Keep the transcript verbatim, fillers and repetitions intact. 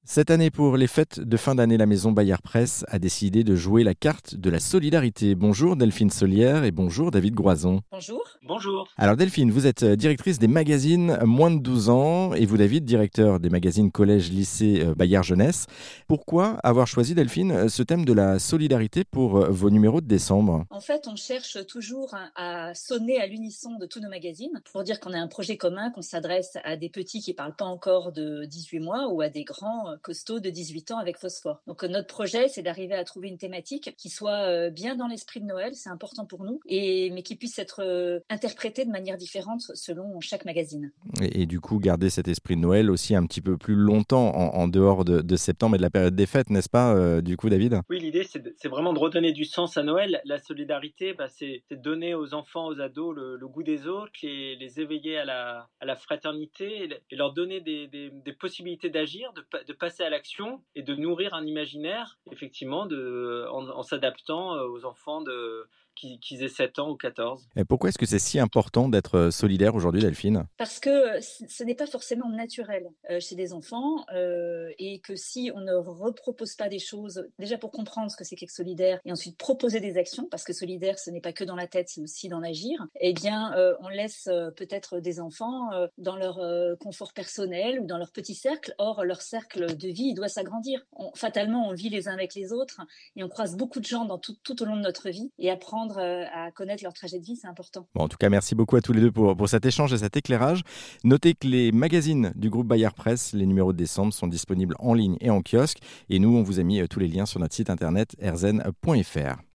Cette année, pour les fêtes de fin d'année, la maison Bayard Presse a décidé de jouer la carte de la solidarité. Bonjour Delphine Solière et bonjour David Groison. Bonjour. Bonjour. Alors Delphine, vous êtes directrice des magazines moins de douze ans et vous David, directeur des magazines collège, lycée, Bayard Jeunesse. Pourquoi avoir choisi Delphine ce thème de la solidarité pour vos numéros de décembre ? En fait, on cherche toujours à sonner à l'unisson de tous nos magazines pour dire qu'on a un projet commun, qu'on s'adresse à des petits qui ne parlent pas encore de dix-huit mois ou à des grands costauds de dix-huit ans avec phosphore. Donc notre projet, c'est d'arriver à trouver une thématique qui soit bien dans l'esprit de Noël, c'est important pour nous, et, mais qui puisse être interprétée de manière différente selon chaque magazine. Et, et du coup, garder cet esprit de Noël aussi un petit peu plus longtemps en, en dehors de, de septembre et de la période des fêtes, n'est-ce pas, euh, du coup, David ? Oui, l'idée, c'est, de, c'est vraiment de redonner du sens à Noël. La solidarité, bah, c'est, c'est donner aux enfants, aux ados le, le goût des autres, les, les éveiller à la, à la fraternité et leur donner des, des, des possibilités d'agir, de, de passer à l'action et de nourrir un imaginaire, effectivement, de, en, en s'adaptant aux enfants de... qu'ils aient sept ans ou quatorze. Et pourquoi est-ce que c'est si important d'être solidaire aujourd'hui, Delphine ? Parce que ce n'est pas forcément naturel chez des enfants euh, et que si on ne repropose pas des choses, déjà pour comprendre ce que c'est qu'être solidaire et ensuite proposer des actions, parce que solidaire, ce n'est pas que dans la tête, c'est aussi dans l'agir, eh bien, euh, on laisse euh, peut-être des enfants euh, dans leur euh, confort personnel ou dans leur petit cercle. Or, leur cercle de vie, il doit s'agrandir. On, fatalement, on vit les uns avec les autres et on croise beaucoup de gens dans tout, tout au long de notre vie et apprendre euh, à connaître leur trajet de vie, c'est important. Bon, en tout cas, merci beaucoup à tous les deux pour, pour cet échange et cet éclairage. Notez que les magazines du groupe Bayard Presse, les numéros de décembre, sont disponibles en ligne et en kiosque. Et nous, on vous a mis tous les liens sur notre site internet erzen point f r.